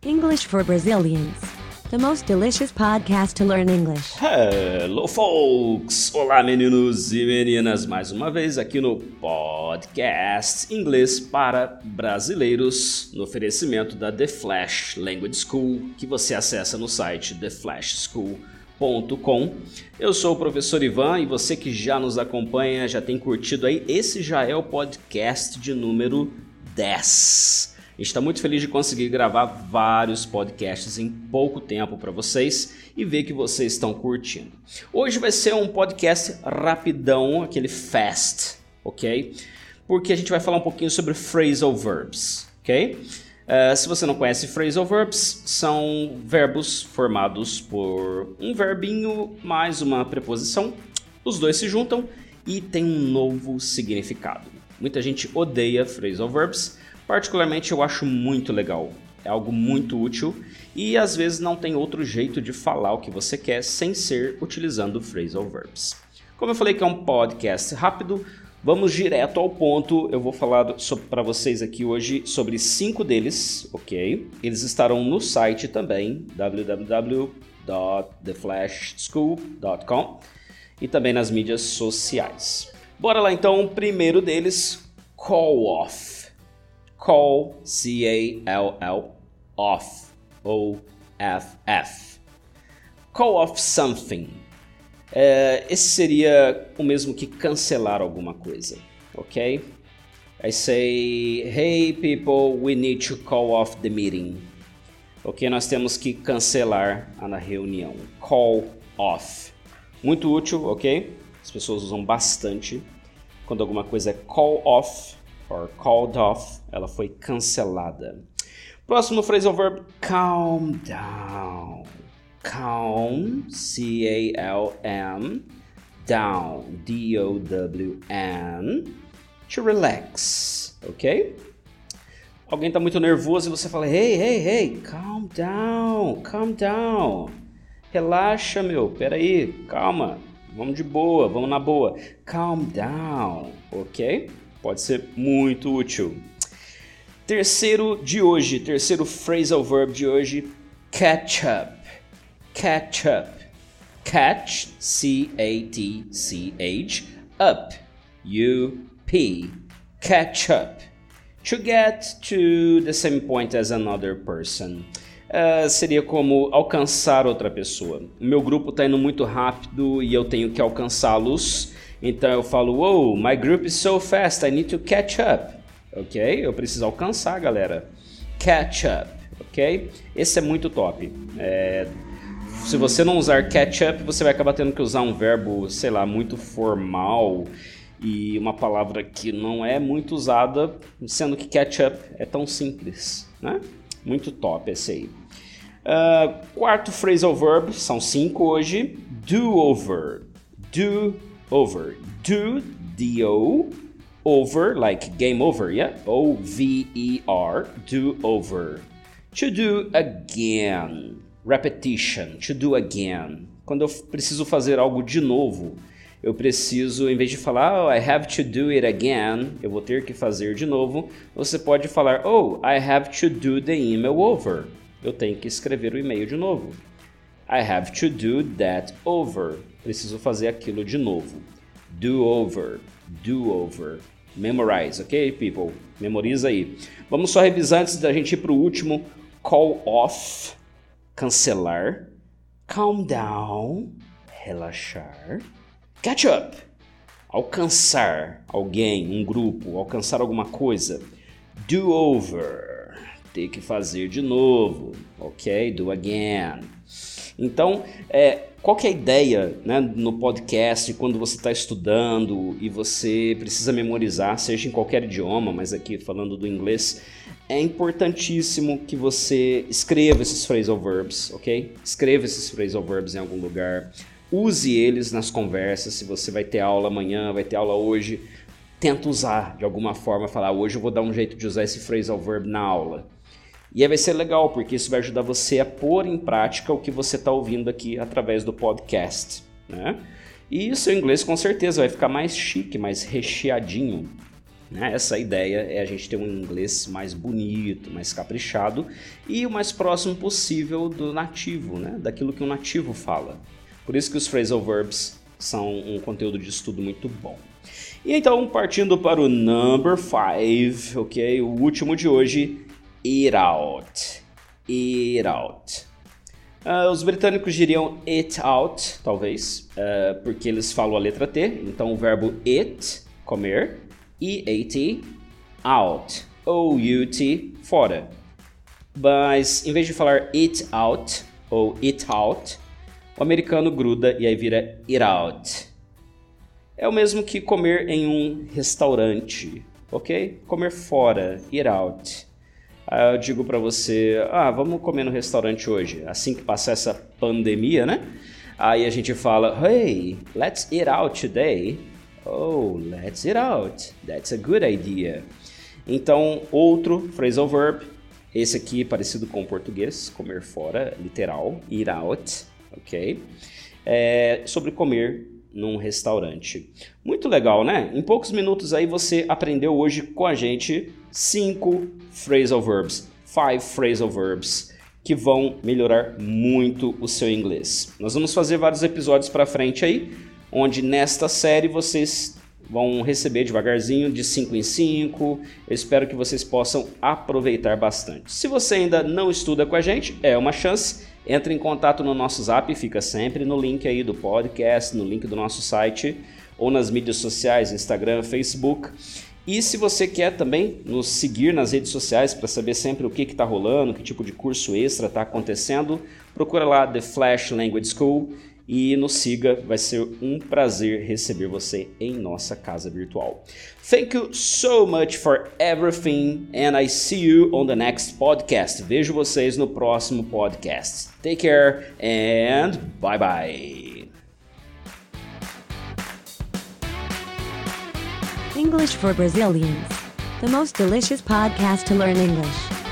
English for Brazilians. The most delicious podcast to learn English. Hello, folks! Olá, meninos e meninas, mais uma vez aqui no podcast Inglês para Brasileiros, no oferecimento da The Flash Language School, que você acessa no site theflashschool.com. Eu sou o professor Ivan e você que já nos acompanha, já tem curtido aí, esse já é o podcast de número 10. A gente está muito feliz de conseguir gravar vários podcasts em pouco tempo para vocês e ver que vocês estão curtindo. Hoje vai ser um podcast rapidão, aquele fast, ok? Porque a gente vai falar um pouquinho sobre phrasal verbs, ok? Se você não conhece phrasal verbs, são verbos formados por um verbinho mais uma preposição. Os dois se juntam e tem um novo significado. Muita gente odeia phrasal verbs. Particularmente eu acho muito legal, é algo muito útil e às vezes não tem outro jeito de falar o que você quer sem ser utilizando phrasal verbs. Como eu falei que é um podcast rápido, vamos direto ao ponto. Eu vou falar para vocês aqui hoje sobre 5 deles, ok? Eles estarão no site também, www.theflashschool.com e também nas mídias sociais. Bora lá então, o primeiro deles, call off. Call, C-A-L-L, off, O-F-F. Call off something. Esse seria o mesmo que cancelar alguma coisa, ok? I say, hey people, we need to call off the meeting. Ok, nós temos que cancelar a reunião. Call off. Muito útil, ok? As pessoas usam bastante. Quando alguma coisa é call off, or called off, ela foi cancelada. Próximo phrasal verb, calm down. Calm, C-A-L-M, down, D-O-W-N, to relax, ok? Alguém está muito nervoso e você fala, hey, calm down. Relaxa, meu, peraí, calma, vamos de boa, vamos na boa. Calm down, ok? Pode ser muito útil. Terceiro phrasal verb de hoje, catch up. Catch up. Catch, C-A-T-C-H, up, U-P. Catch up. To get to the same point as another person. Seria como alcançar outra pessoa. O meu grupo está indo muito rápido e eu tenho que alcançá-los. Então eu falo, wow, my group is so fast, I need to catch up. Ok? Eu preciso alcançar, galera. Catch up, ok? Esse é muito top. Se você não usar catch up, você vai acabar tendo que usar um verbo, sei lá, muito formal e uma palavra que não é muito usada, sendo que catch up é tão simples, né? Muito top esse aí. Quarto phrasal verb, são 5 hoje, do over. Do over. Do, D-O, over, like game over, yeah? O-V-E-R, do over. To do again. Repetition, to do again. Quando eu preciso fazer algo de novo, eu preciso, em vez de falar, oh, I have to do it again, eu vou ter que fazer de novo, você pode falar, oh, I have to do the email over. Eu tenho que escrever o e-mail de novo. I have to do that over. Preciso fazer aquilo de novo. Do over. Memorize, ok, people? Memoriza aí. Vamos só revisar antes da gente ir para o último. Call off, cancelar. Calm down, relaxar. Catch up, alcançar alguém, um grupo, alcançar alguma coisa. Do over, ter que fazer de novo, ok? Do again. Então, qual que é a ideia, né, no podcast quando você está estudando e você precisa memorizar, seja em qualquer idioma, mas aqui falando do inglês, é importantíssimo que você escreva esses phrasal verbs, ok? Escreva esses phrasal verbs em algum lugar, use eles nas conversas, se você vai ter aula amanhã, vai ter aula hoje, tenta usar de alguma forma, falar, hoje eu vou dar um jeito de usar esse phrasal verb na aula. E aí vai ser legal, porque isso vai ajudar você a pôr em prática o que você está ouvindo aqui através do podcast, né? E o seu inglês com certeza vai ficar mais chique, mais recheadinho. né? Essa ideia é a gente ter um inglês mais bonito, mais caprichado e o mais próximo possível do nativo, né? Daquilo que um nativo fala. Por isso que os phrasal verbs são um conteúdo de estudo muito bom. E então, partindo para o number 5, ok? O último de hoje, eat out. Eat out. Os britânicos diriam eat out, talvez, porque eles falam a letra T. Então, o verbo eat, comer, E-A-T, out, O-U-T, fora. Mas, em vez de falar eat out ou eat out, o americano gruda e aí vira eat out. É o mesmo que comer em um restaurante, ok? Comer fora, eat out. Aí eu digo pra você, vamos comer no restaurante hoje, assim que passar essa pandemia, né? Aí a gente fala, hey, let's eat out today. Oh, let's eat out. That's a good idea. Então, outro phrasal verb, esse aqui parecido com o português, comer fora, literal, eat out, ok? Sobre comer num restaurante. Muito legal, né? Em poucos minutos aí você aprendeu hoje com a gente 5 phrasal verbs, que vão melhorar muito o seu inglês. Nós vamos fazer vários episódios para frente aí, onde nesta série vocês vão receber devagarzinho de 5 em 5. Eu espero que vocês possam aproveitar bastante. Se você ainda não estuda com a gente, é uma chance. Entre em contato no nosso Zap, fica sempre no link aí do podcast, no link do nosso site ou nas mídias sociais, Instagram, Facebook. E se você quer também nos seguir nas redes sociais para saber sempre o que está rolando, que tipo de curso extra está acontecendo, procura lá The Flash Language School e nos siga, vai ser um prazer receber você em nossa casa virtual. Thank you so much for everything and I see you on the next podcast. Vejo vocês no próximo podcast. Take care and bye bye. English for Brazilians. The most delicious podcast to learn English.